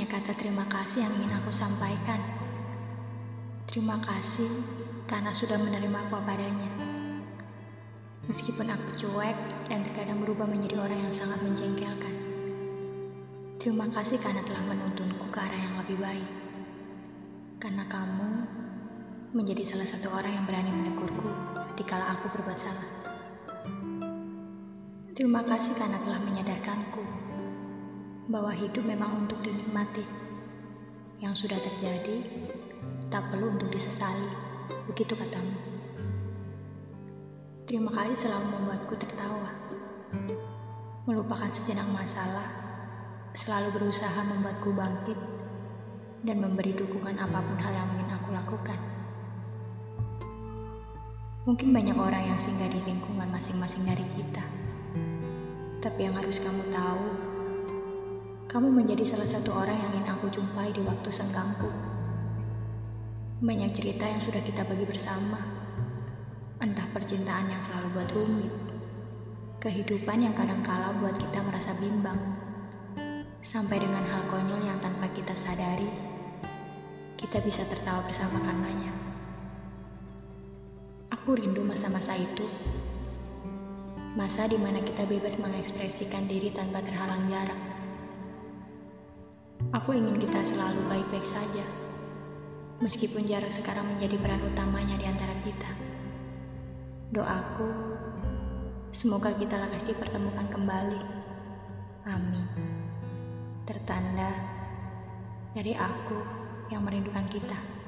kata terima kasih yang ingin aku sampaikan. Terima kasih karena sudah menerima aku apa adanya. Meskipun aku cuek dan terkadang berubah menjadi orang yang sangat menjengkelkan. Terima kasih karena telah menuntunku ke arah yang lebih baik. Karena kamu menjadi salah satu orang yang berani menegurku dikala aku berbuat salah. Terima kasih karena telah menyadarkanku bahwa hidup memang untuk dinikmati. Yang sudah terjadi tak perlu untuk disesali, begitu katamu. Terima kasih selalu membuatku tertawa, melupakan sejenak masalah, selalu berusaha membuatku bangkit, dan memberi dukungan apapun hal yang ingin aku lakukan. Mungkin banyak orang yang singgah di lingkungan masing-masing dari kita, tapi yang harus kamu tahu, kamu menjadi salah satu orang yang ingin aku jumpai di waktu senggangku. Banyak cerita yang sudah kita bagi bersama, entah percintaan yang selalu buat rumit, kehidupan yang kadangkala buat kita merasa bimbang, sampai dengan hal konyol yang tanpa kita sadari, kita bisa tertawa bersama karenanya. Aku rindu masa-masa itu, masa di mana kita bebas mengekspresikan diri tanpa terhalang jarak. Aku ingin kita selalu baik-baik saja, meskipun jarak sekarang menjadi peran utamanya di antara kita. Doaku, semoga kita lekas dipertemukan kembali. Amin. Tertanda dari aku yang merindukan kita.